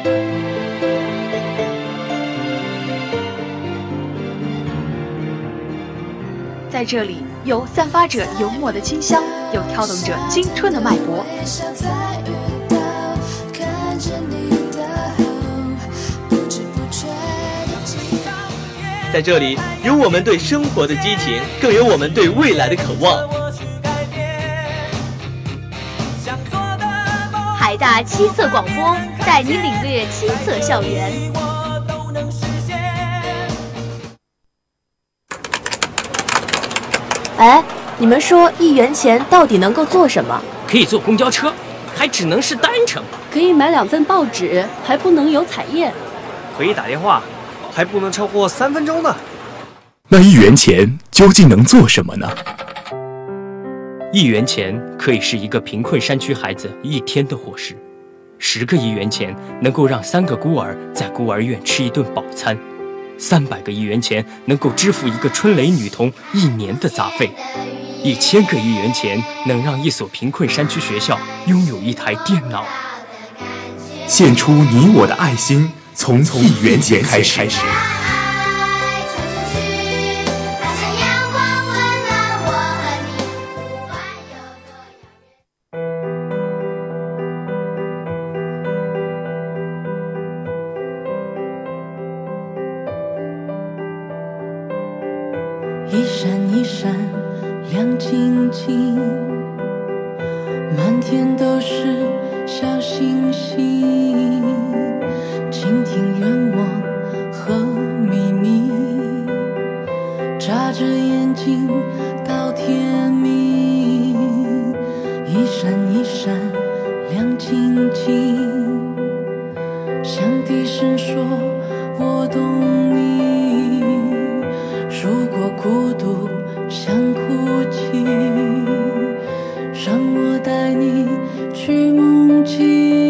在这里，有散发着油墨的清香，有跳动着青春的脉搏。 在这里，有我们对生活的激情，更有我们对未来的渴望。 海大七色广播带你领略青涩校园。 哎，你们说1元钱到底能够做什么？ 可以坐公交车，还只能是单程； 可以买2份报纸，还不能有彩页； 可以打电话，还不能超过3分钟呢。 那1元钱究竟能做什么呢 ？1元钱可以是一个贫困山区孩子1天的伙食，10个1元钱能够让3个孤儿在孤儿院吃一顿饱餐，300个1元钱能够支付一个春蕾女童1年的杂费，1000个1元钱能让一所贫困山区学校拥有一台电脑。 献出你我的爱心，从1元钱开始。 一闪一闪亮晶晶，满天都是小星星，倾听愿望和秘密，眨着眼睛到天明。一闪一闪亮晶晶，想低声说我懂你。如果孤独想哭泣，让我带你去梦境。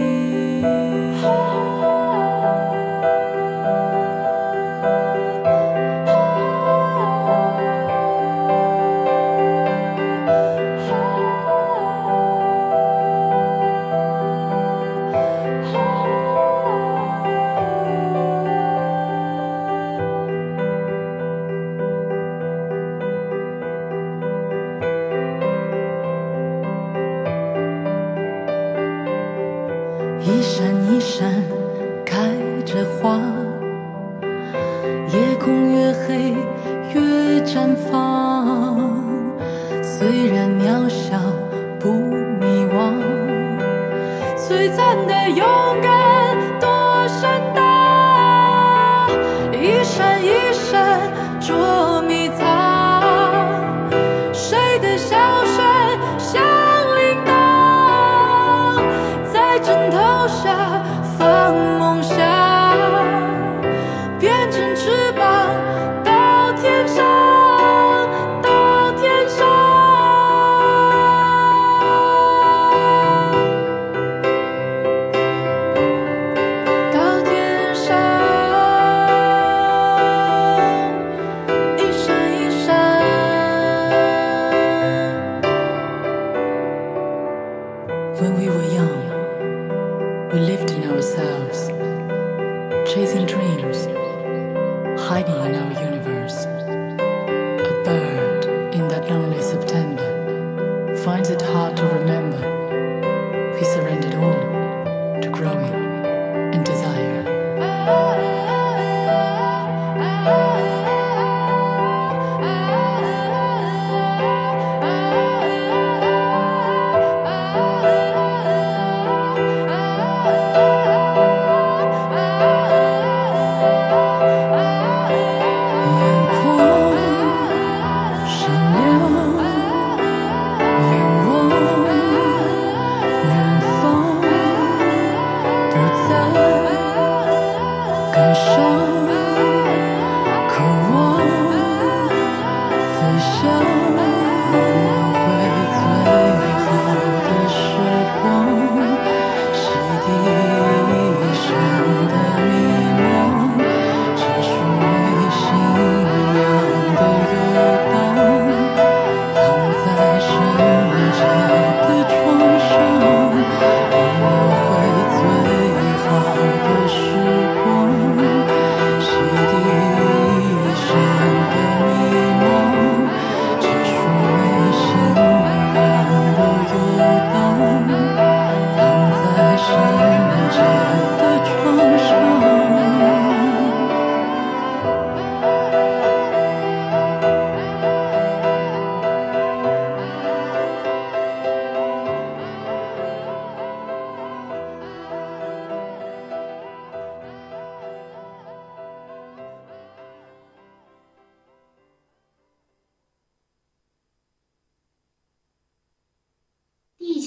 一闪一闪开着花，夜空越黑越绽放，虽然渺小不迷惘，璀璨的勇敢多闪大，一闪一闪捉迷藏，谁的笑声像铃铛，在枕头下放梦想，变成翅膀到天上，到天上。到天上，一闪一闪。When we were young, we lived in ourselves, chasing dreams, hiding in our universe. A bird in that lonely September finds it hard to remember. We surrendered all to growing and desire.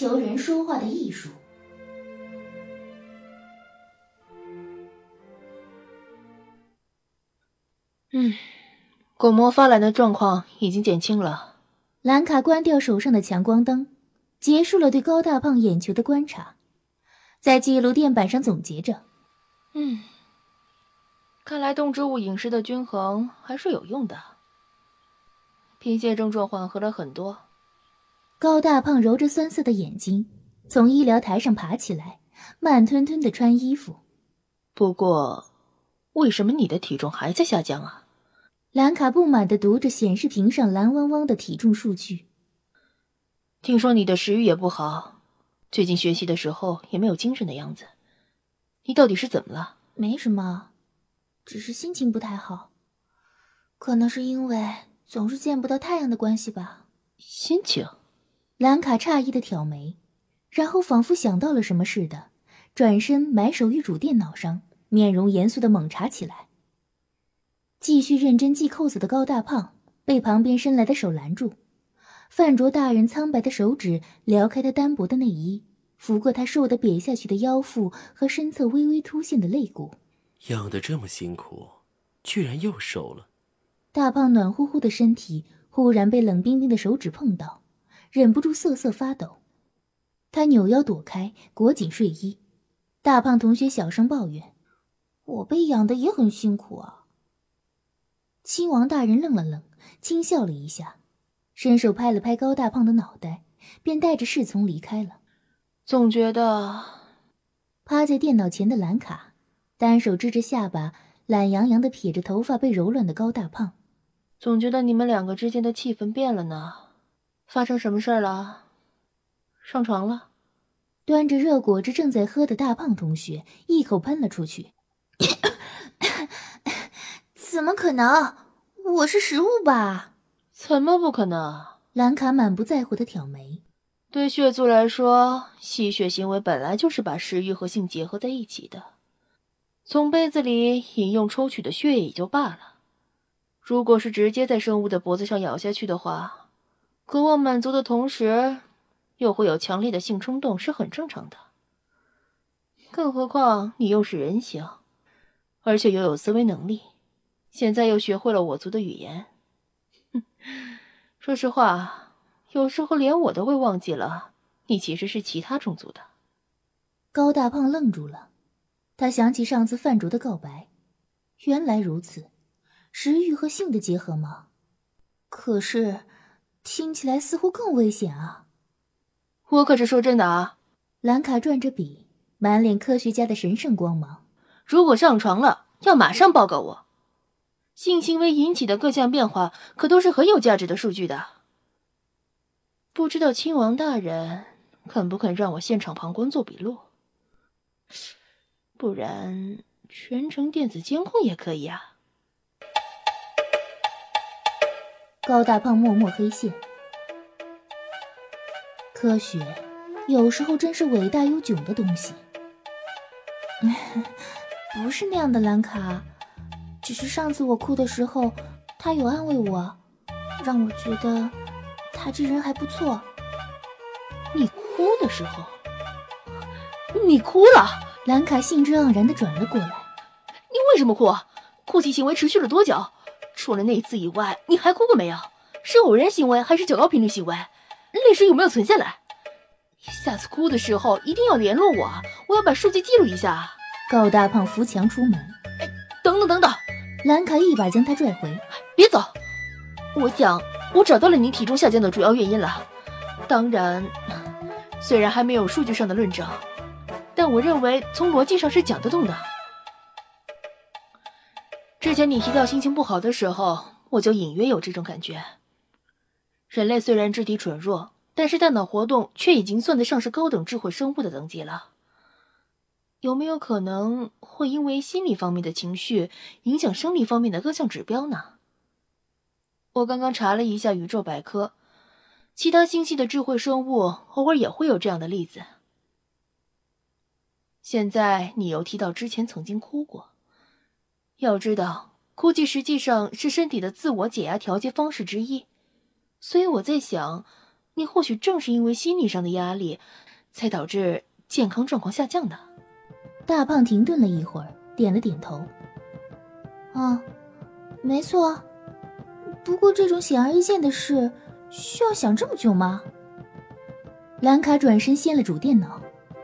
球人说话的艺术。 果魔发蓝的状况已经减轻了。 兰卡关掉手上的强光灯，结束了对高大胖眼球的观察，在记录垫板上总结着。 看来动植物饮食的均衡还是有用的，贫血症状缓和了很多。 高大胖揉着酸涩的眼睛，从医疗台上爬起来，慢吞吞地穿衣服。 不过，为什么你的体重还在下降啊？ 兰卡不满地读着显示屏上蓝汪汪的体重数据。 听说你的食欲也不好，最近学习的时候也没有精神的样子。你到底是怎么了？ 没什么，只是心情不太好。可能是因为总是见不到太阳的关系吧。 心情？ 兰卡诧异地挑眉，然后仿佛想到了什么似的，转身埋首于主电脑上，面容严肃地猛查起来。继续认真系扣子的高大胖被旁边伸来的手拦住，范卓大人苍白的手指撩开他单薄的内衣，拂过他瘦得瘪下去的腰腹和身侧微微凸现的肋骨。 养得这么辛苦，居然又瘦了。 大胖暖乎乎的身体忽然被冷冰冰的手指碰到，忍不住瑟瑟发抖。他扭腰躲开，裹紧睡衣。大胖同学小声抱怨：“我被养得也很辛苦啊。”亲王大人愣了愣，轻笑了一下，伸手拍了拍高大胖的脑袋，便带着侍从离开了。 总觉得趴在电脑前的兰卡单手支着下巴，懒洋洋地撇着头发被揉乱的高大胖， 总觉得你们两个之间的气氛变了呢。发生什么事儿了？上床了？ 端着热果汁正在喝的大胖同学一口喷了出去。怎么可能？我是食物吧？ 怎么不可能？ 兰卡满不在乎地挑眉。 对血族来说，吸血行为本来就是把食欲和性结合在一起的。从杯子里饮用抽取的血液也就罢了，如果是直接在生物的脖子上咬下去的话，渴望满足的同时又会有强烈的性冲动，是很正常的。更何况你又是人形，而且又有思维能力，现在又学会了我族的语言。说实话，有时候连我都会忘记了你其实是其他种族的。 高大胖愣住了，他想起上次范卓的告白，原来如此，食欲和性的结合吗？可是听起来似乎更危险啊。 我可是说真的啊。 兰卡转着笔，满脸科学家的神圣光芒。 如果上床了，要马上报告我。性行为引起的各项变化可都是很有价值的数据的。不知道亲王大人肯不肯让我现场旁观做笔录？不然全程电子监控也可以啊。 高大胖默默黑线。科学有时候真是伟大又囧的东西。不是那样的，兰卡，只是上次我哭的时候，他有安慰我，让我觉得他这人还不错。 你哭的时候？你哭了？ 兰卡兴致盎然地转了过来。 你为什么哭？哭泣行为持续了多久？除了那一次以外，你还哭过没有？是偶然行为还是较高频率行为？泪水有没有存下来？下次哭的时候一定要联络我，我要把数据记录一下。 高大胖扶墙出门。 等等， 兰卡一把将他拽回。 别走！我想我找到了你体重下降的主要原因了。当然，虽然还没有数据上的论证，但我认为从逻辑上是讲得通的。之前你提到心情不好的时候，我就隐约有这种感觉。人类虽然肢体蠢弱，但是大脑活动却已经算得上是高等智慧生物的等级了。有没有可能会因为心理方面的情绪影响生理方面的各项指标呢？我刚刚查了一下宇宙百科，其他星系的智慧生物偶尔也会有这样的例子。现在你又提到之前曾经哭过，要知道哭泣实际上是身体的自我解压调节方式之一，所以我在想， 你或许正是因为心理上的压力，才导致健康状况下降的。 大胖停顿了一会儿，点了点头。没错。不过这种显而易见的事，需要想这么久吗？兰卡转身掀了主电脑。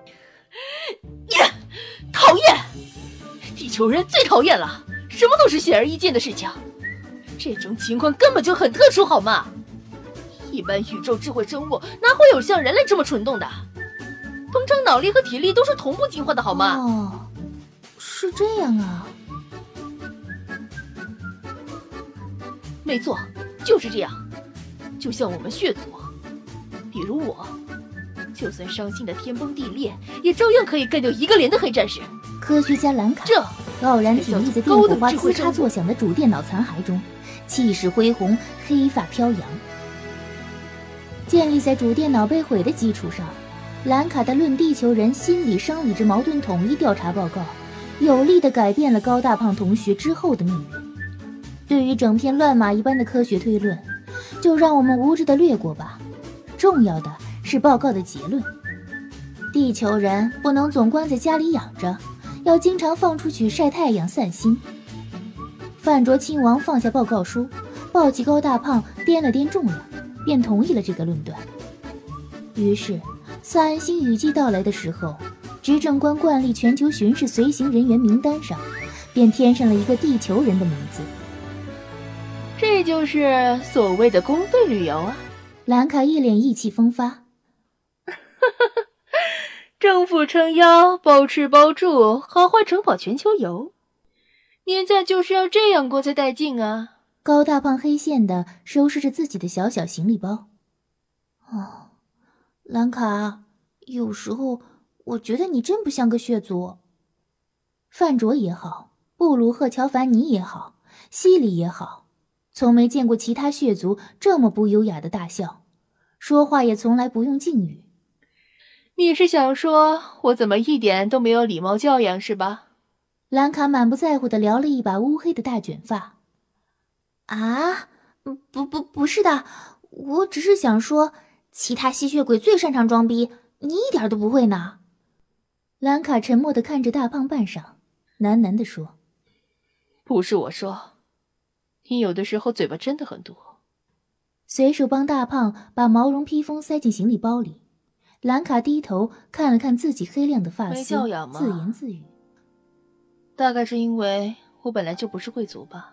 讨厌！地球人最讨厌了，什么都是显而易见的事情。这种情况根本就很特殊，好吗？一般宇宙智慧生物哪会有像人类这么蠢动的？通常脑力和体力都是同步进化的，好吗？ 是这样啊。 没错，就是这样。就像我们血族，比如我，就算伤心的天崩地裂，也照样可以干掉一个连的黑战士。 科学家兰卡傲然挺立在电火花呲嚓作响的主电脑残骸中，气势恢宏，黑发飘扬。建立在主电脑被毁的基础上，兰卡的《论地球人心理生理之矛盾统一调查报告》有力地改变了高大胖同学之后的命运。对于整篇乱码一般的科学推论，就让我们无知地略过吧。重要的是报告的结论：地球人不能总关在家里养着，要经常放出去晒太阳散心。范卓亲王放下报告书，抱起高大胖掂了掂重量，便同意了这个论断。于是萨恩星雨季到来的时候，执政官惯例全球巡视随行人员名单上便添上了一个地球人的名字。 这就是所谓的公费旅游啊！ 兰卡一脸意气风发。 政府撑腰，包吃包住，好坏承跑全球游。年假就是要这样过才带劲啊！ 高大胖黑线的收拾着自己的小小行李包。兰卡，有时候我觉得你真不像个血族。范卓也好，布鲁赫乔凡尼也好，西里也好，从没见过其他血族这么不优雅的大笑，说话也从来不用敬语。 你是想说我怎么一点都没有礼貌教养是吧？ 兰卡满不在乎地撩了一把乌黑的大卷发。不是的，我只是想说，其他吸血鬼最擅长装逼，你一点都不会呢。兰卡沉默地看着大胖半晌，喃喃地说：“ 不是我说，你有的时候嘴巴真的很毒。” 随手帮大胖把毛绒披风塞进行李包里。兰卡低头看了看自己黑亮的发丝， 没教养吗？ 自言自语：“ 大概是因为我本来就不是贵族吧？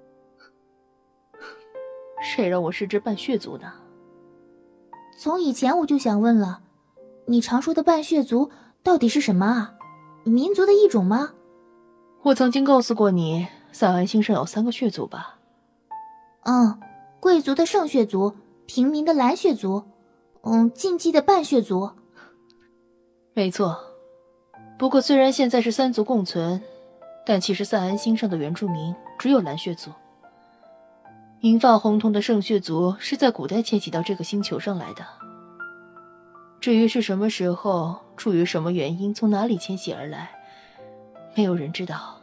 谁让我是只半血族呢？” 从以前我就想问了，你常说的半血族到底是什么啊？民族的一种吗？ 我曾经告诉过你，萨恩星上有3个血族吧？ 贵族的圣血族，平民的蓝血族，禁忌的半血族。 没错，不过虽然现在是3族共存，但其实萨恩星上的原住民只有蓝血族。银发红瞳的圣血族是在古代迁徙到这个星球上来的。至于是什么时候，出于什么原因，从哪里迁徙而来，没有人知道。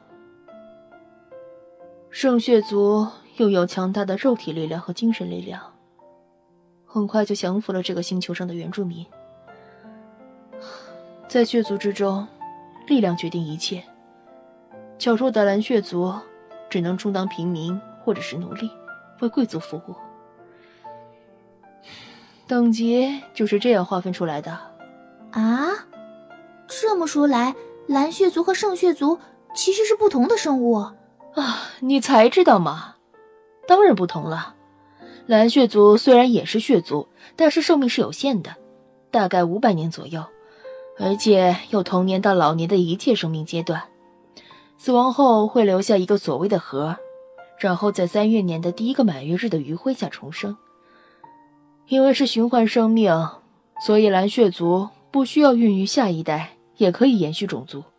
圣血族拥有强大的肉体力量和精神力量，很快就降服了这个星球上的原住民。在血族之中，力量决定一切。较弱的蓝血族只能充当平民或者是奴隶，为贵族服务。等级就是这样划分出来的。 这么说来，蓝血族和圣血族其实是不同的生物啊！ 你才知道吗？当然不同了。蓝血族虽然也是血族，但是寿命是有限的，大概500年左右，而且有童年到老年的一切生命阶段。死亡后会留下一个所谓的核，然后在3月年的第1个满月日的余晖下重生。因为是循环生命，所以蓝血族不需要孕育下一代，也可以延续种族。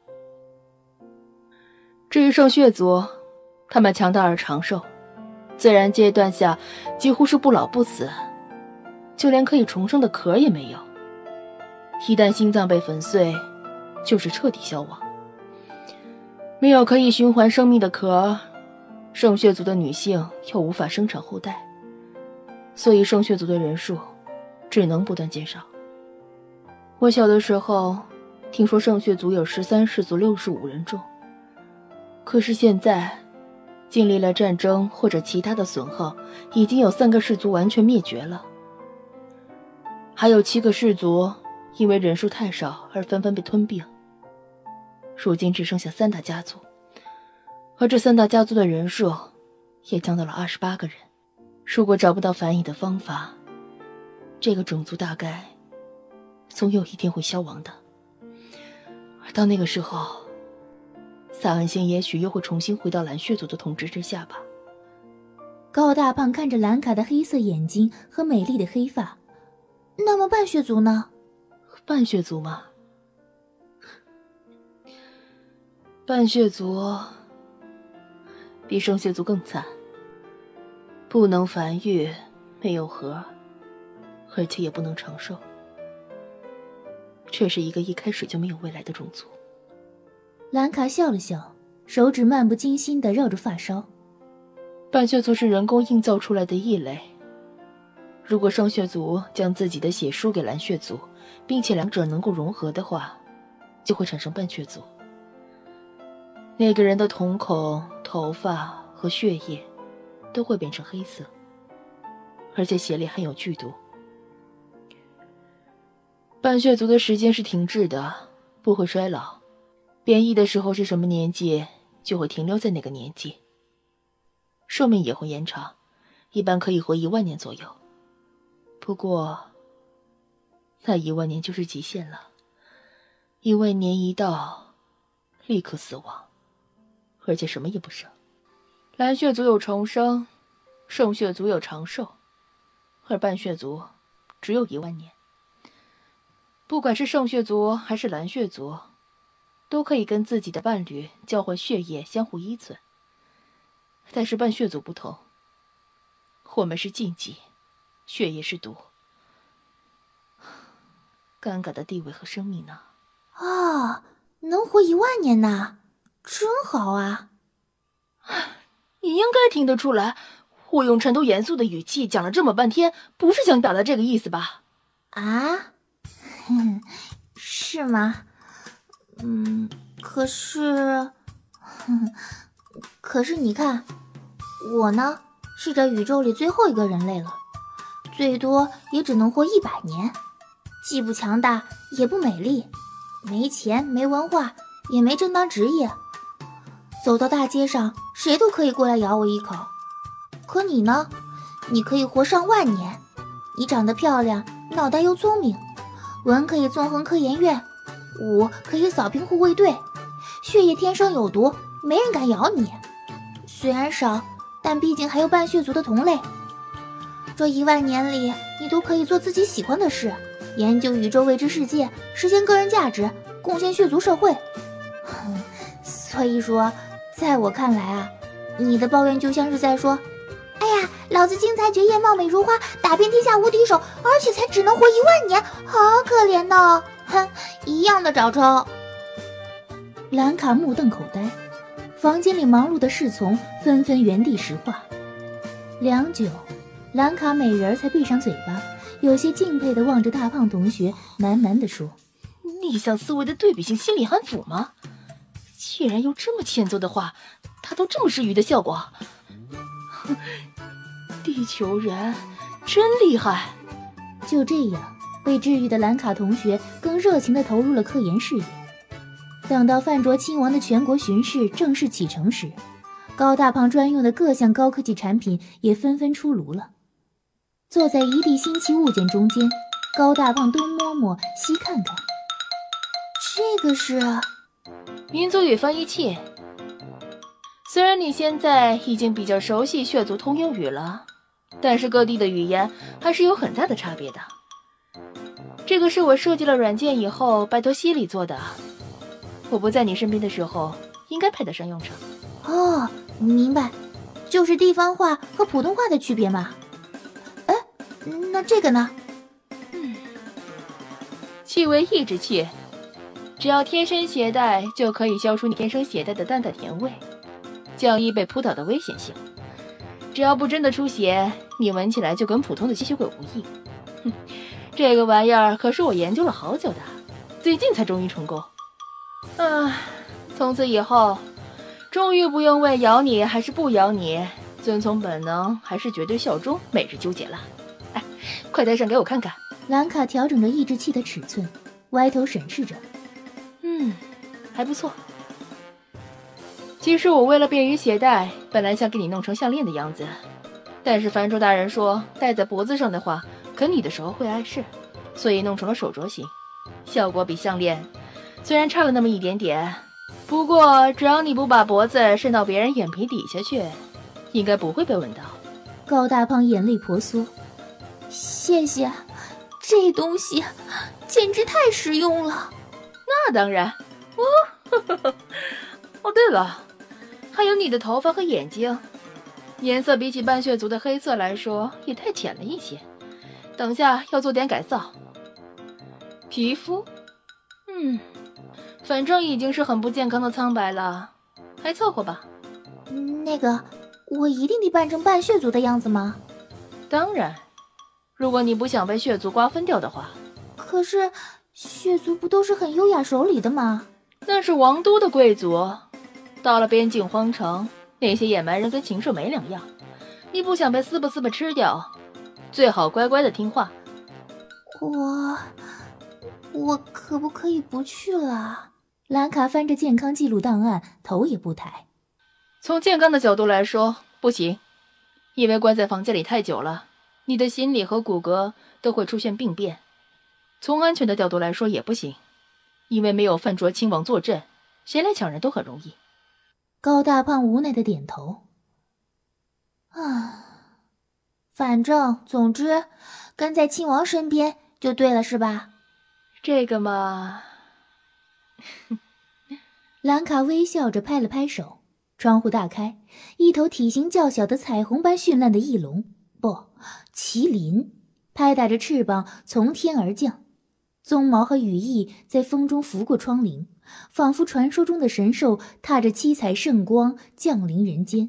至于圣血族，他们强大而长寿，自然阶段下几乎是不老不死，就连可以重生的壳也没有。一旦心脏被粉碎，就是彻底消亡。没有可以循环生命的壳，圣血族的女性又无法生产后代，所以圣血族的人数只能不断减少。我小的时候听说圣血族有13氏族65人众，可是现在经历了战争或者其他的损耗，已经有3个氏族完全灭绝了，还有7个氏族因为人数太少而纷纷被吞并。如今只剩下3大家族，而这3大家族的人数也降到了28个人。如果找不到反乙的方法，这个种族大概总有一天会消亡的。而到那个时候，萨恩星也许又会重新回到蓝血族的统治之下吧。 高大胖看着兰卡的黑色眼睛和美丽的黑发，那么半血族呢？ 半血族吗？半血族比圣血族更惨，不能繁育，没有核，而且也不能长寿。这是一个一开始就没有未来的种族。 兰卡笑了笑，手指漫不经心地绕着发梢。 半血族是人工映造出来的异类，如果圣血族将自己的血输给蓝血族，并且两者能够融合的话，就会产生半血族。那个人的瞳孔、头发和血液都会变成黑色，而且血里含有剧毒。半血族的时间是停滞的，不会衰老，变异的时候是什么年纪，就会停留在那个年纪。寿命也会延长，一般可以活1万年左右。不过，那1万年就是极限了，1万年一到，立刻死亡。而且什么也不剩。蓝血族有重生，圣血族有长寿，而半血族只有1万年。不管是圣血族还是蓝血族，都可以跟自己的伴侣交换血液，相互依存。但是半血族不同，我们是禁忌，血液是毒。尴尬的地位和生命呢？ 能活1万年呢？真好啊！ 你应该听得出来，我用沉头严肃的语气讲了这么半天，不是想表达这个意思吧？ 是吗？可是你看，我呢是这宇宙里最后一个人类了，最多也只能活100年，既不强大也不美丽，没钱没文化也没正当职业，走到大街上谁都可以过来咬我一口。可你呢，你可以活上万年，你长得漂亮，脑袋又聪明，文可以纵横科研院，武可以扫平护卫队，血液天生有毒，没人敢咬你。虽然少，但毕竟还有半血族的同类。这1万年里，你都可以做自己喜欢的事，研究宇宙未知世界，实现个人价值，贡献血族社会。所以说，在我看来啊，你的抱怨就像是在说，哎呀，老子精彩绝艳，貌美如花，打遍天下无敌手，而且才只能活1万年，好可怜的。一样的找抽。兰卡目瞪口呆，房间里忙碌的侍从纷纷原地石化。良久，兰卡美人才闭上嘴巴，有些敬佩地望着大胖同学，喃喃地说： 逆向思维的对比性心理安抚吗？既然用这么欠揍的话，他都这么治愈的效果。地球人真厉害。 就这样，被治愈的兰卡同学更热情地投入了科研事业。等到范卓亲王的全国巡视正式启程时，高大胖专用的各项高科技产品也纷纷出炉了。坐在一地新奇物件中间，高大胖东摸摸西看看，这个是民族语翻译器。虽然你现在已经比较熟悉血族通用语了，但是各地的语言还是有很大的差别的。这个是我设计了软件以后拜托西里做的，我不在你身边的时候应该派得上用场。 哦，明白，就是地方话和普通话的区别嘛。哎，那这个呢？ 气味抑制器，只要贴身携带就可以消除你天生携带的淡淡甜味，降低被扑倒的危险性。只要不真的出血，你闻起来就跟普通的吸血鬼无异。 这个玩意儿可是我研究了好久的，最近才终于成功。从此以后，终于不用为咬你还是不咬你，遵从本能还是绝对效忠，每日纠结了。哎，快戴上给我看看。 兰卡调整着抑制器的尺寸，歪头审视着。 还不错。其实我为了便于携带，本来想给你弄成项链的样子，但是藩主大人说戴在脖子上的话，啃你的时候会碍事，所以弄成了手镯形，效果比项链虽然差了那么一点点，不过只要你不把脖子伸到别人眼皮底下去，应该不会被闻到。 高大胖眼泪婆娑，谢谢，这东西简直太实用了。 那当然。哦，对了，还有你的头发和眼睛，颜色比起半血族的黑色来说也太浅了一些，等下要做点改造。皮肤，反正已经是很不健康的苍白了，还凑合吧。 那个，我一定得扮成半血族的样子吗？ 当然，如果你不想被血族瓜分掉的话。 可是血族不都是很优雅守礼的吗？ 那是王都的贵族，到了边境荒城，那些野蛮人跟禽兽没两样。你不想被撕吧吃掉，最好乖乖的听话。 我可不可以不去了？兰卡翻着健康记录档案，头也不抬。 从健康的角度来说，不行，因为关在房间里太久了，你的心理和骨骼都会出现病变。从安全的角度来说也不行，因为没有范卓亲王坐镇，谁来抢人都很容易。 高大胖无奈的点头。反正总之跟在亲王身边就对了，是吧？ 这个嘛。 兰卡微笑着拍了拍手，窗户大开，一头体型较小的彩虹般绚烂的翼龙，不，麒麟，拍打着翅膀从天而降。鬃毛和羽翼在风中拂过窗棂，仿佛传说中的神兽踏着七彩圣光降临人间。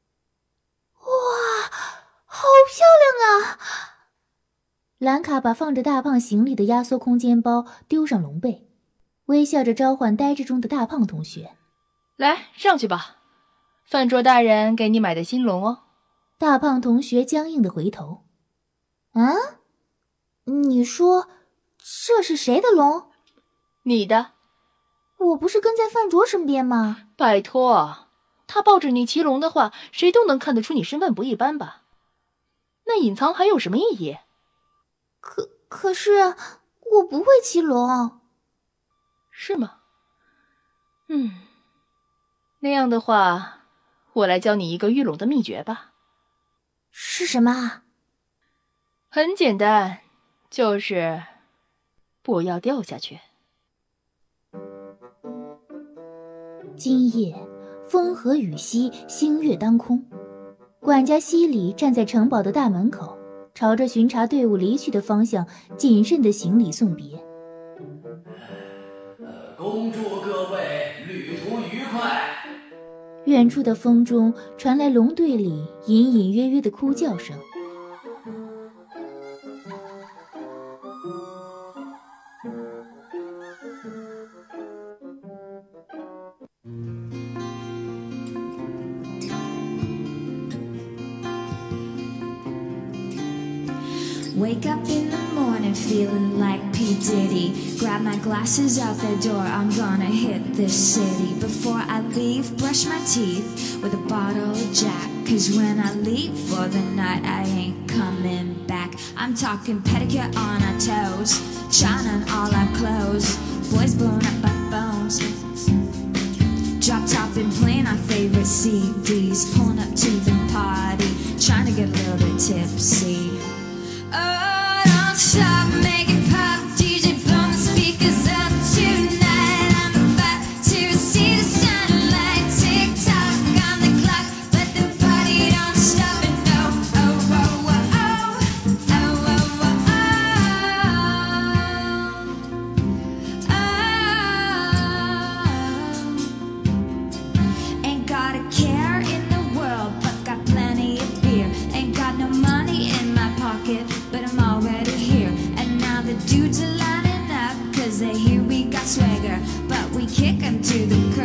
哇，好漂亮啊！兰卡把放着大胖行李的压缩空间包丢上龙背，微笑着召唤呆滞中的大胖同学：“ 来，上去吧，范卓大人给你买的新龙哦。” 大胖同学僵硬地回头：“你说这是谁的龙？”“ 你的。”“ 我不是跟在范卓身边吗？”“ 拜托，他抱着你骑龙的话，谁都能看得出你身份不一般吧？那隐藏还有什么意义？”“ 可是我不会骑龙。”“ 是吗？那样的话，我来教你一个御龙的秘诀吧。”“ 是什么？”“ 很简单，就是不要掉下去。” 今夜风和雨息，星月当空。管家西里站在城堡的大门口，朝着巡查队伍离去的方向谨慎地行礼送别。 恭祝各位旅途愉快。 远处的风中传来龙队里隐隐约约的哭叫声。 Wake up in the morning feeling like P. Diddy. Grab my glasses out the door, I'm gonna hit this city. Before I leave, brush my teeth with a bottle of Jack. Cause when I leave for the night, I ain't coming back. I'm talking pedicure on our toes, trying on all our clothes. Boys blowing up our phones. Drop top and playing our favorite CDs. Pulling up to the party, trying to get a little bit tipsy. Oh, don't stop making pop, DJ, blow the speakers up tonight. I'm about to see the sunlight. Tick tock on the clock, but the party don't stop. And oh, oh, oh, oh, oh, oh, oh, oh, oh.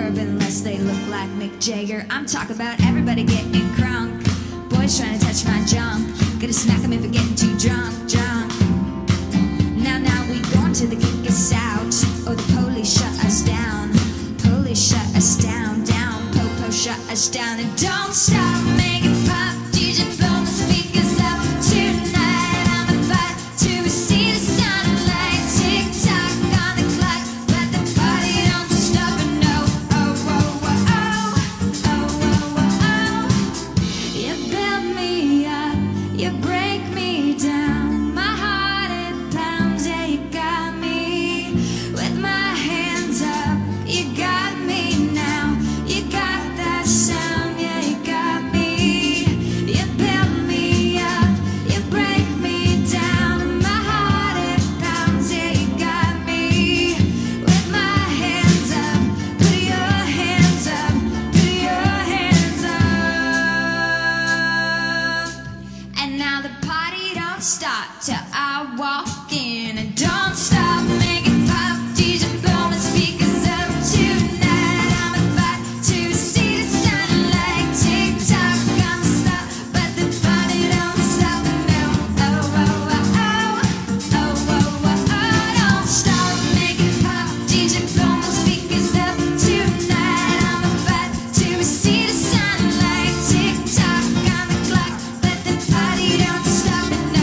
curb unless they look like Mick Jagger. I'm talking about everybody getting crunk. Boys trying to touch my junk. Gonna smack them if we're getting too drunk. Now we going to the kick us out. Oh, the police shut us down. Police shut us down. Po shut us down. And don't stop making pop. DJ blow the speakers up. Tonight I'm about to see the sunlight. Tick tock on the clock. Let the party don't stop and no. Oh. You build me up. You break me down. My heart it pounds. Yeah, you got me with my hands up. You got me now. You got that sound. Yeah, you got me. You build me up. You break me down. My heart it pounds. Yeah, you got me with my hands up. Put your hands up. Put your hands up. And now the party don't stop till I walk in. And don't stop making pop. DJ blow the speakers up. Tonight I'm about to see the sunlight. Tick tock on the stop, but the party don't stop. No. Don't stop making pop. DJ blow the speakers up. Tonight I'm about to see the sunlight. Tick tock on the clock, but the party don't stop. No.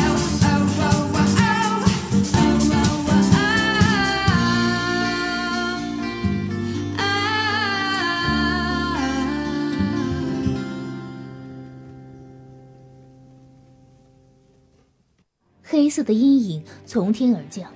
黑色的阴影从天而降，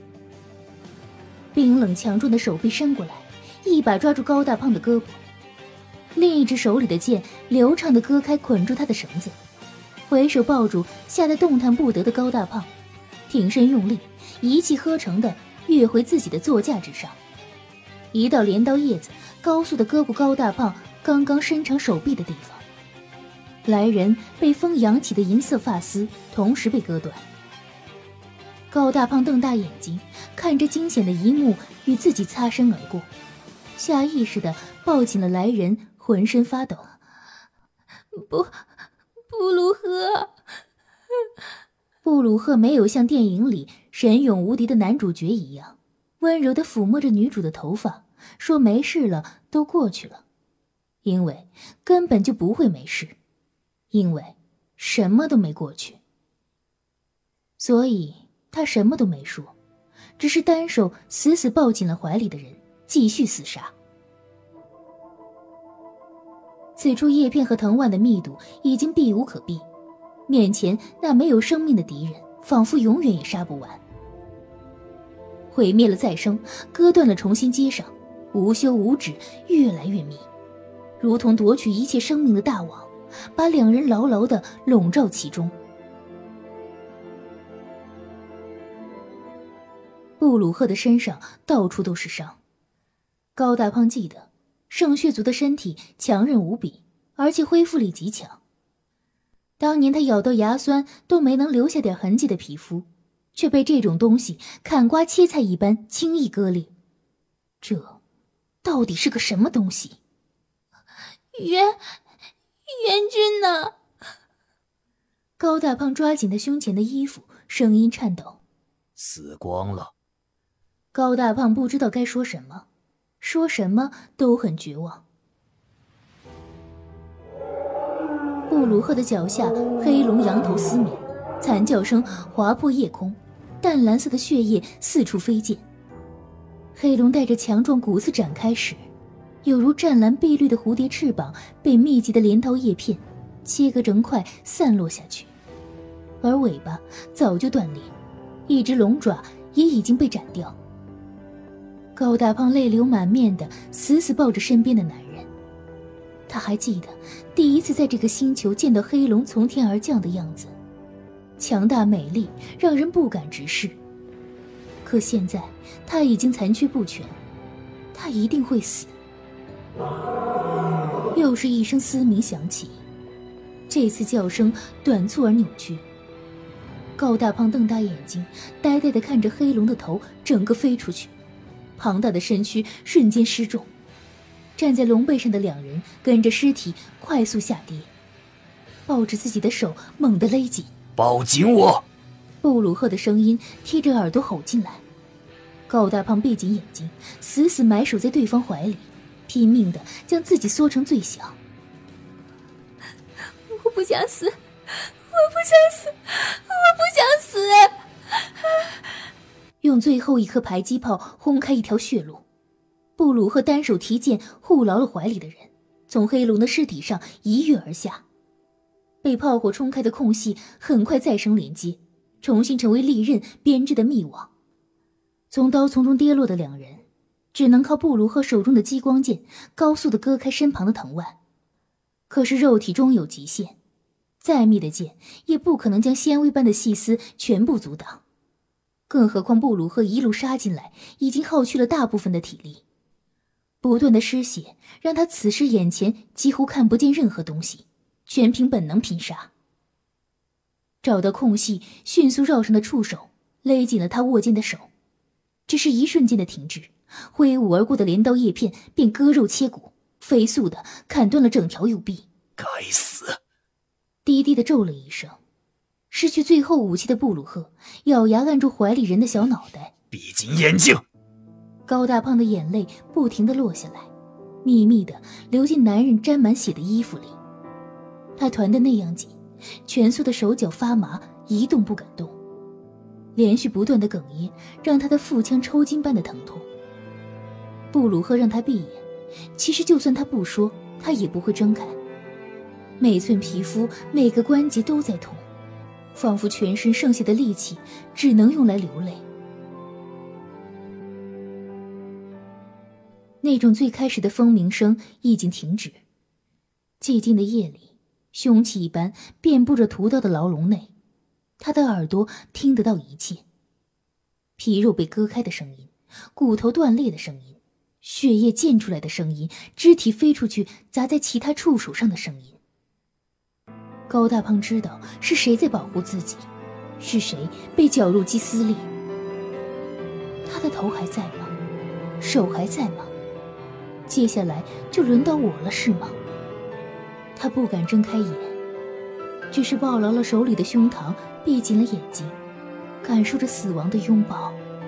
冰冷强壮的手臂伸过来，一把抓住高大胖的胳膊，另一只手里的剑流畅地割开捆住他的绳子，回手抱住吓得动弹不得的高大胖，挺身用力，一气呵成地跃回自己的座驾之上。一道镰刀叶子高速地割过高大胖刚刚伸长手臂的地方，来人被风扬起的银色发丝同时被割断。高大胖瞪大眼睛，看着惊险的一幕与自己擦身而过，下意识地抱紧了来人，浑身发抖。布鲁赫。布鲁赫没有像电影里神勇无敌的男主角一样，温柔地抚摸着女主的头发，说没事了，都过去了。因为根本就不会没事，因为什么都没过去。所以他什么都没说，只是单手死死抱紧了怀里的人，继续厮杀。此处叶片和藤蔓的密度已经避无可避，面前那没有生命的敌人仿佛永远也杀不完。毁灭了再生，割断了重新接上，无休无止，越来越密，如同夺取一切生命的大网，把两人牢牢地笼罩其中。布鲁赫的身上到处都是伤，高大胖记得圣血族的身体强韧无比，而且恢复力极强。当年他咬到牙酸都没能留下点痕迹的皮肤，却被这种东西砍瓜切菜一般轻易割裂。这到底是个什么东西？ 援军呢？ 高大胖抓紧他胸前的衣服，声音颤抖。 死光了。 高大胖不知道该说什么，说什么都很绝望。布鲁赫的脚下，黑龙扬头嘶鸣，惨叫声划破夜空，淡蓝色的血液四处飞溅。黑龙带着强壮骨刺展开时，有如湛蓝碧绿的蝴蝶翅膀被密集的镰刀叶片切个整块散落下去，而尾巴早就断裂，一只龙爪也已经被斩掉。高大胖泪流满面的死死抱着身边的男人，他还记得第一次在这个星球见到黑龙从天而降的样子，强大美丽，让人不敢直视。可现在他已经残缺不全，他一定会死。又是一声嘶鸣响起，这次叫声短促而扭曲。高大胖瞪大眼睛，呆呆地看着黑龙的头整个飞出去，庞大的身躯瞬间失重。 站在龙背上的两人跟着尸体快速下跌，抱着自己的手猛地勒紧。 抱紧我！ 布鲁赫的声音贴着耳朵吼进来。高大胖闭紧眼睛，死死埋首在对方怀里，拼命地将自己缩成最小。 我不想死，我不想死，我不想死！ 用最后一颗迫击炮轰开一条血路。布鲁赫单手提剑护牢了怀里的人，从黑龙的尸体上一跃而下。被炮火冲开的空隙很快再生连接，重新成为利刃编织的密网。从刀丛中跌落的两人只能靠布鲁赫手中的激光剑高速地割开身旁的藤蔓。可是肉体终有极限，再密的剑也不可能将纤维般的细丝全部阻挡，更何况布鲁赫一路杀进来，已经耗去了大部分的体力。不断的失血让他此时眼前几乎看不见任何东西，全凭本能拼杀。找到空隙，迅速绕上的触手勒紧了他握剑的手，只是一瞬间的停滞，挥舞而过的镰刀叶片便割肉切骨，飞速地砍断了整条右臂。 该死！ 低低地咒了一声，失去最后武器的布鲁赫咬牙按住怀里人的小脑袋， 闭紧眼睛。 高大胖的眼泪不停地落下来，密密地流进男人沾满血的衣服里。他团得那样紧，蜷缩的手脚发麻，一动不敢动。连续不断的哽咽让他的腹腔抽筋般的疼痛。布鲁赫让他闭眼，其实就算他不说，他也不会睁开。每寸皮肤，每个关节都在痛，仿佛全身剩下的力气只能用来流泪。那种最开始的蜂鸣声已经停止。寂静的夜里，凶器一般遍布着屠刀的牢笼内，他的耳朵听得到一切：皮肉被割开的声音，骨头断裂的声音，血液溅出来的声音，肢体飞出去砸在其他触手上的声音。高大胖知道是谁在保护自己，是谁被绞肉机撕裂。他的头还在吗？手还在吗？接下来就轮到我了，是吗？他不敢睁开眼，只是抱牢了手里的胸膛，闭紧了眼睛，感受着死亡的拥抱。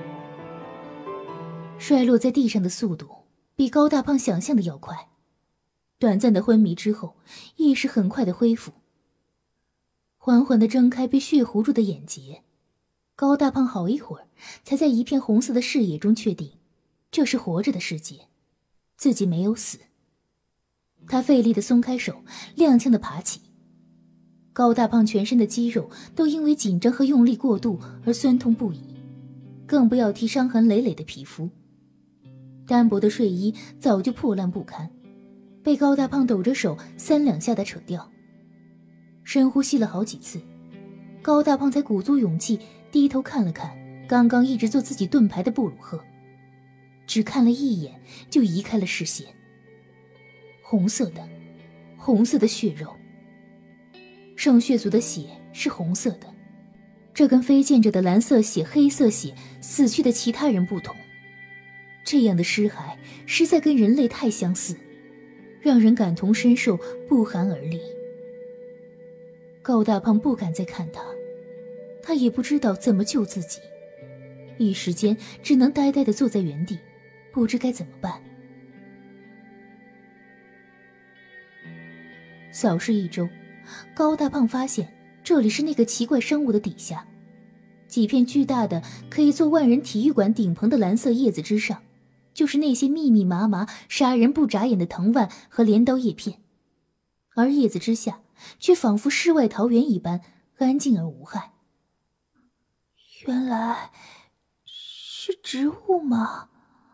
摔落在地上的速度比高大胖想象的要快，短暂的昏迷之后，意识很快的恢复。缓缓地睁开被血糊住的眼睫，高大胖好一会儿才在一片红色的视野中确定这是活着的世界，自己没有死。他费力地松开手，踉跄地爬起。高大胖全身的肌肉都因为紧张和用力过度而酸痛不已，更不要提伤痕累累的皮肤。单薄的睡衣早就破烂不堪，被高大胖抖着手3两下地扯掉。深呼吸了好几次，高大胖才鼓足勇气低头看了看刚刚一直做自己盾牌的布鲁赫，只看了一眼就移开了视线。红色的血肉，圣血族的血是红色的，这跟飞溅着的蓝色血、黑色血死去的其他人不同。这样的尸骸实在跟人类太相似，让人感同身受，不寒而栗。高大胖不敢再看他，他也不知道怎么救自己，一时间只能呆呆地坐在原地，不知该怎么办。扫视一周，高大胖发现这里是那个奇怪生物的底下，几片巨大的可以做万人体育馆顶棚的蓝色叶子之上，就是那些密密麻麻杀人不眨眼的藤蔓和镰刀叶片，而叶子之下却仿佛世外桃源一般安静而无害。 原来是植物吗？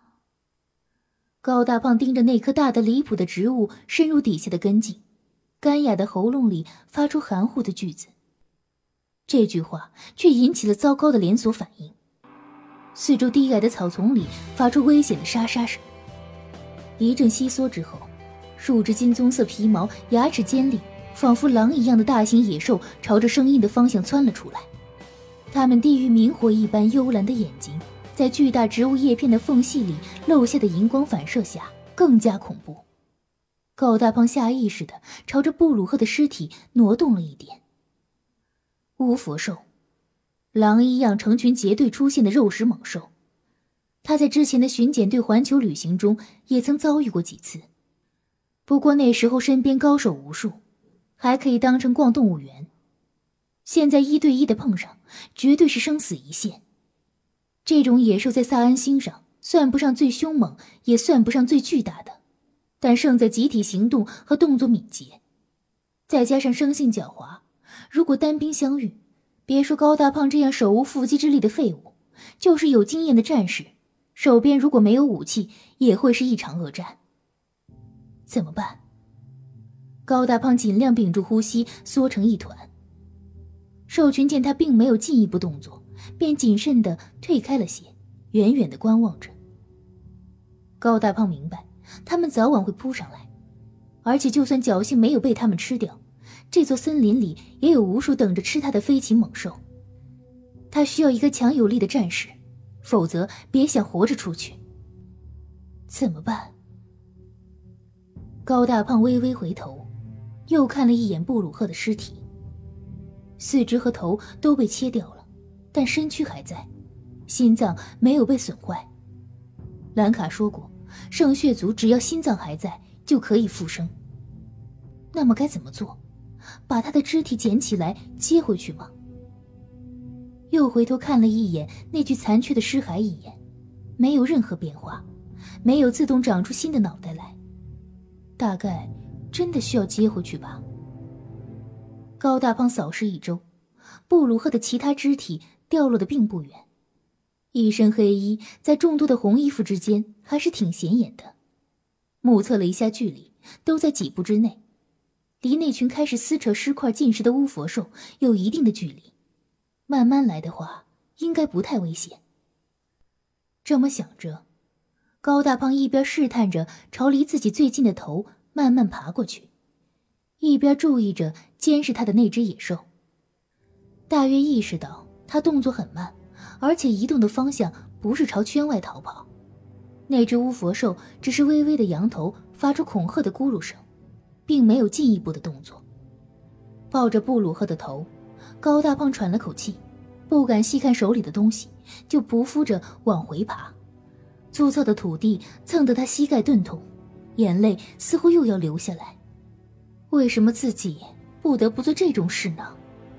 高大胖盯着那棵大得离谱的植物深入底下的根茎，干哑的喉咙里发出含糊的句子。这句话却引起了糟糕的连锁反应。四周低矮的草丛里发出危险的沙沙声，一阵窸窣之后，数只金棕色皮毛、牙齿尖利，仿佛狼一样的大型野兽朝着声音的方向窜了出来。它们地狱明火一般幽蓝的眼睛，在巨大植物叶片的缝隙里漏下的荧光反射下， 更加恐怖。高大胖下意识地朝着布鲁赫的尸体挪动了一点。巫佛兽，狼一样成群结队出现的肉食猛兽，他在之前的巡检队环球旅行中也曾遭遇过几次，不过那时候身边高手无数，还可以当成逛动物园。现在1对1的碰上，绝对是生死一线。这种野兽在萨恩星上算不上最凶猛，也算不上最巨大的，但胜在集体行动和动作敏捷，再加上生性狡猾，如果单兵相遇，别说高大胖这样手无缚鸡之力的废物，就是有经验的战士，手边如果没有武器，也会是一场恶战。怎么办？高大胖尽量屏住呼吸，缩成一团。兽群见他并没有进一步动作，便谨慎地退开了些，远远地观望着。高大胖明白，他们早晚会扑上来，而且就算侥幸没有被他们吃掉，这座森林里也有无数等着吃他的飞禽猛兽。他需要一个强有力的战士，否则别想活着出去。怎么办？高大胖微微回头，又看了一眼布鲁赫的尸体。四肢和头都被切掉了，但身躯还在，心脏没有被损坏。兰卡说过，圣血族只要心脏还在，就可以复生。那么该怎么做？把他的肢体捡起来接回去吗？又回头看了一眼那具残缺的尸骸一眼，没有任何变化，没有自动长出新的脑袋来，大概真的需要接回去吧。高大胖扫视一周，布鲁赫的其他肢体掉落的并不远，一身黑衣在众多的红衣服之间还是挺显眼的。目测了一下距离，都在几步之内，离那群开始撕扯尸块进食的巫佛兽有一定的距离，慢慢来的话应该不太危险。这么想着，高大胖一边试探着朝离自己最近的头慢慢爬过去，一边注意着监视他的那只野兽。大约意识到他动作很慢，而且移动的方向不是朝圈外逃跑，那只巫佛兽只是微微的扬头，发出恐吓的咕噜声，并没有进一步的动作。抱着布鲁赫的头，高大胖喘了口气，不敢细看手里的东西，就匍匐着往回爬。粗糙的土地蹭得他膝盖钝痛，眼泪似乎又要流下来。为什么自己不得不做这种事呢？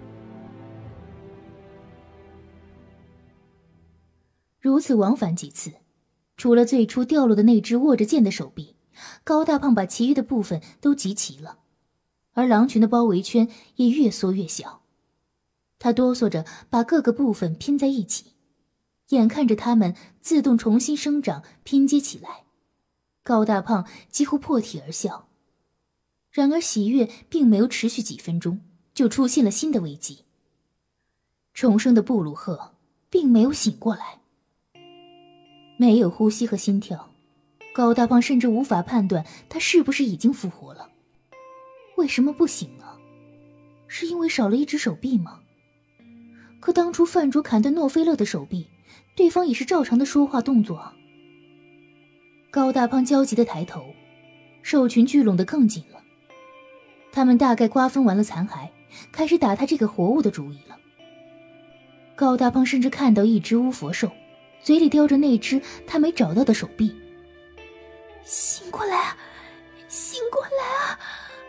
如此往返几次，除了最初掉落的那只握着剑的手臂，高大胖把其余的部分都集齐了，而狼群的包围圈也越缩越小。他哆嗦着把各个部分拼在一起，眼看着它们自动重新生长拼接起来，高大胖几乎破涕而笑。然而喜悦并没有持续几分钟，就出现了新的危机。重生的布鲁赫并没有醒过来，没有呼吸和心跳，高大胖甚至无法判断他是不是已经复活了。为什么不醒呢？是因为少了一只手臂吗？可当初范卓砍断诺菲勒的手臂，对方也是照常的说话动作啊。高大胖焦急地抬头，兽群聚拢得更紧了。他们大概瓜分完了残骸，开始打他这个活物的主意了。高大胖甚至看到一只巫佛兽，嘴里叼着那只他没找到的手臂。 醒过来啊，醒过来啊！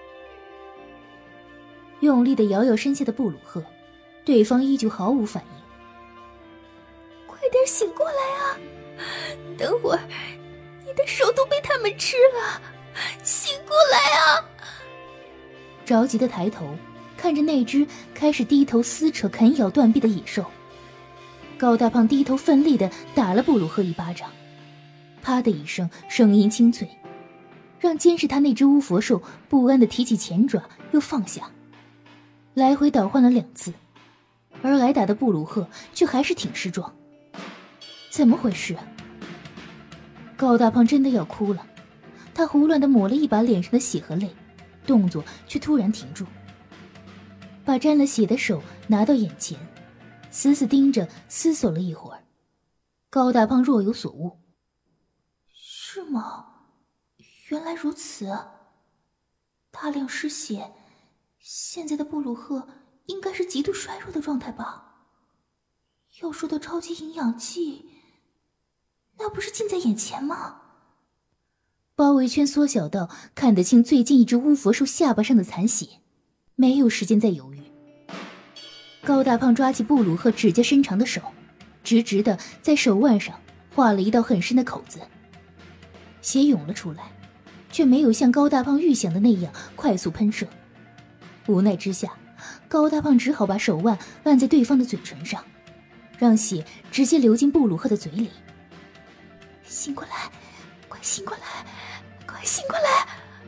用力地摇摇身下的布鲁赫，对方依旧毫无反应。 快点醒过来啊！等会儿你的手都被他们吃了，醒过来啊！ 着急地抬头看着那只开始低头撕扯啃咬断臂的野兽，高大胖低头奋力地打了布鲁赫一巴掌，啪的一声，声音清脆，让监视他那只巫佛兽不安地提起前爪又放下，来回倒换了2次，而挨打的布鲁赫却还是挺尸状。怎么回事？高大胖真的要哭了，他胡乱地抹了一把脸上的血和泪，动作却突然停住，把沾了血的手拿到眼前，死死盯着思索了一会儿。高大胖若有所悟。是吗？ 原来如此，大量失血，现在的布鲁赫应该是极度衰弱的状态吧？要说到超级营养剂，那不是近在眼前吗？包围圈缩小到看得清最近一只巫佛兽下巴上的残血，没有时间再犹豫。高大胖抓起布鲁赫指甲伸长的手，直直的在手腕上画了一道很深的口子，血涌了出来，却没有像高大胖预想的那样快速喷射。无奈之下，高大胖只好把手腕按在对方的嘴唇上，让血直接流进布鲁赫的嘴里。醒过来，快醒过来，快醒过来！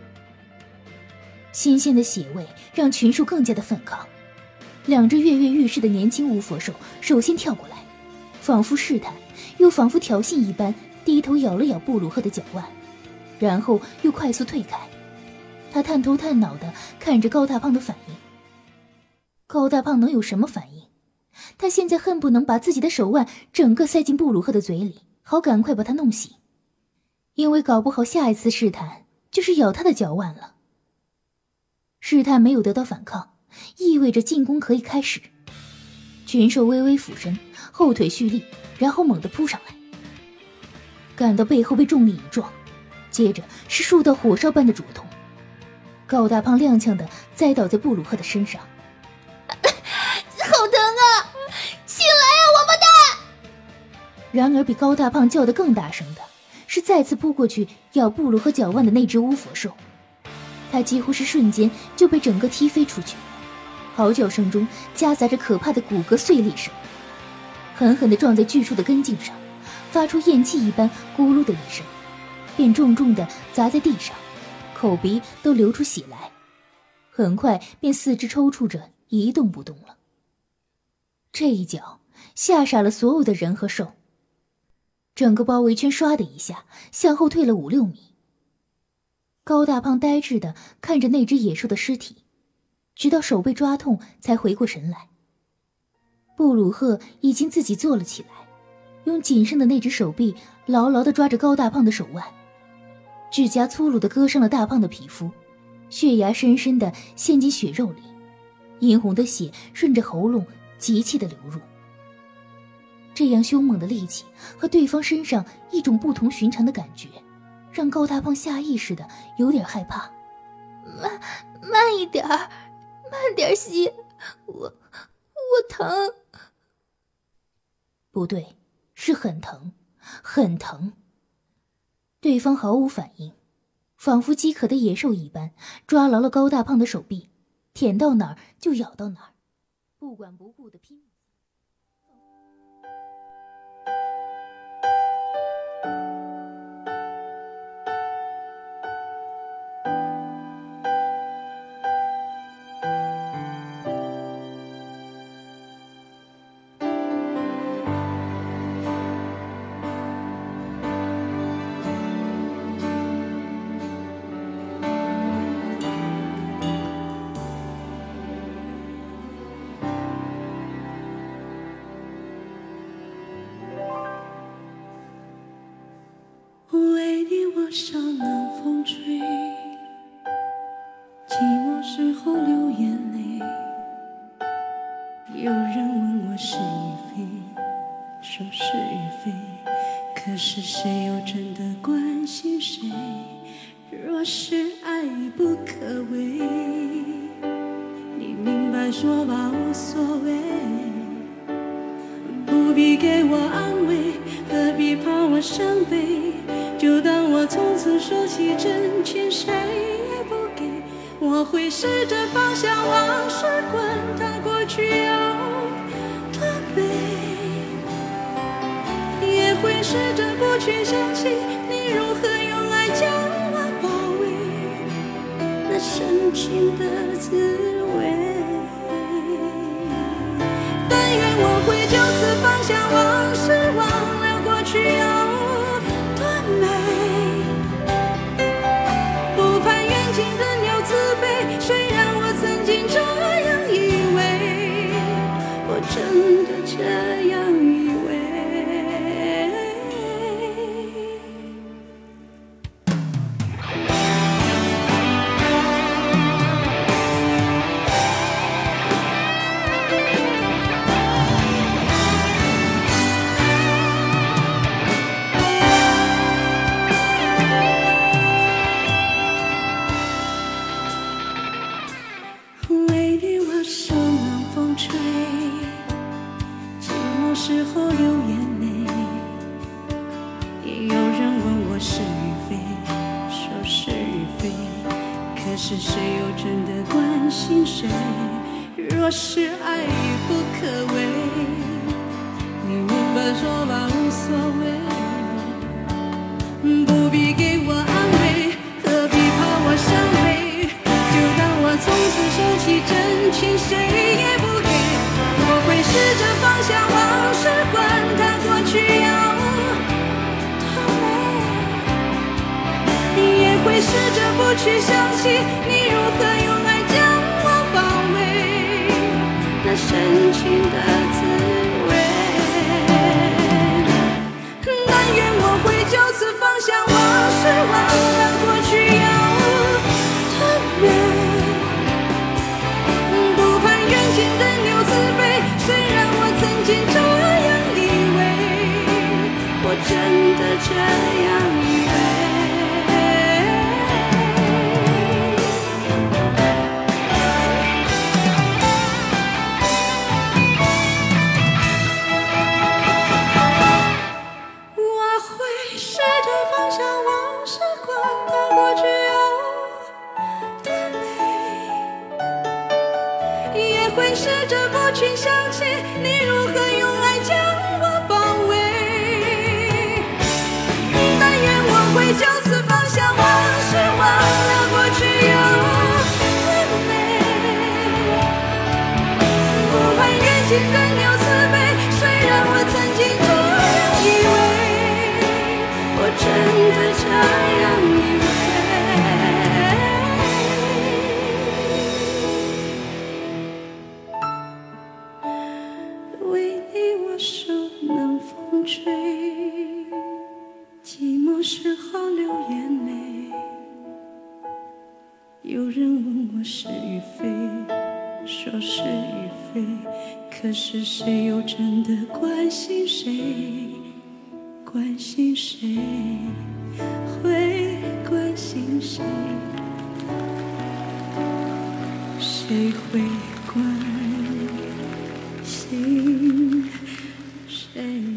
新鲜的血味让群兽更加的反抗。两只跃跃欲试的年轻巫佛兽首先跳过来，仿佛试探又仿佛挑衅一般，低头咬了咬布鲁赫的脚腕，然后又快速退开。他探头探脑地看着高大胖的反应。高大胖能有什么反应？他现在恨不能把自己的手腕整个塞进布鲁赫的嘴里，好赶快把他弄醒，因为搞不好下一次试探就是咬他的脚腕了。试探没有得到反抗，意味着进攻可以开始。群兽微微俯身，后腿蓄力，然后猛地扑上来，感到背后被重力一撞，接着是数道火烧般的灼痛。高大胖踉跄地栽倒在布鲁赫的身上。 好疼啊！醒来啊，王八蛋！ 然而比高大胖叫得更大声的是再次扑过去咬布鲁赫脚腕的那只巫佛兽，他几乎是瞬间就被整个踢飞出去，嚎叫声中夹杂着可怕的骨骼碎裂声，狠狠地撞在巨树的根茎上，发出咽气一般咕噜的一声，便重重地砸在地上，口鼻都流出血来，很快便四肢抽搐着一动不动了。这一脚吓傻了所有的人和兽，整个包围圈唰的一下向后退了5-6米。高大胖呆滞地看着那只野兽的尸体，直到手被抓痛才回过神来。布鲁赫已经自己坐了起来，用仅剩的那只手臂牢牢地抓着高大胖的手腕，指甲粗鲁地割伤了大胖的皮肤，血牙深深地陷进血肉里，殷红的血顺着喉咙急气地流入。这样凶猛的力气和对方身上一种不同寻常的感觉，让高大胖下意识的有点害怕。 慢一点儿，慢点吸，我疼。 不对，是很疼，很疼。对方毫无反应，仿佛饥渴的野兽一般，抓牢了高大胖的手臂，舔到哪儿就咬到哪儿，不管不顾的拼命。 为你我少冷风吹，寂寞时候流眼泪。有人问我是与非，说是与非，可是谁又真的关心谁？若是爱已不可为，你明白说吧，无所谓，不必给我安慰，何必怕我伤悲？就当我从此收起真情，谁也不给。我会试着放下往事，管它过去有多美，也会试着不去想起你如何用爱将我包围，那深情的滋味。但愿我会就此放下往事，忘了过去有真的这样以为。 是谁又真的关心谁？若是爱已不可为，你明白说吧无所谓，不必给我安慰，何必怕我伤悲？就当我从此收起真情，谁也不给。我会试着放下往事，管它过去有多美，也会试着不去想起你如何用爱将我包围，那深情的滋味。但愿我会就此放下往事，忘了过去有多远，不盼缘尽仍有慈悲。虽然我曾经这样以为，我真的这样以为。会试着不去想起你如何用爱将我包围，但愿我会就此放下往事，忘了过去有多美，不盼缘尽仍有慈悲。虽然我曾经这样以为，我真的这样以为。寂寞时候流眼泪，有人问我是与非，说是与非，可是谁又真的关心谁？关心谁？会关心谁？谁会关心谁？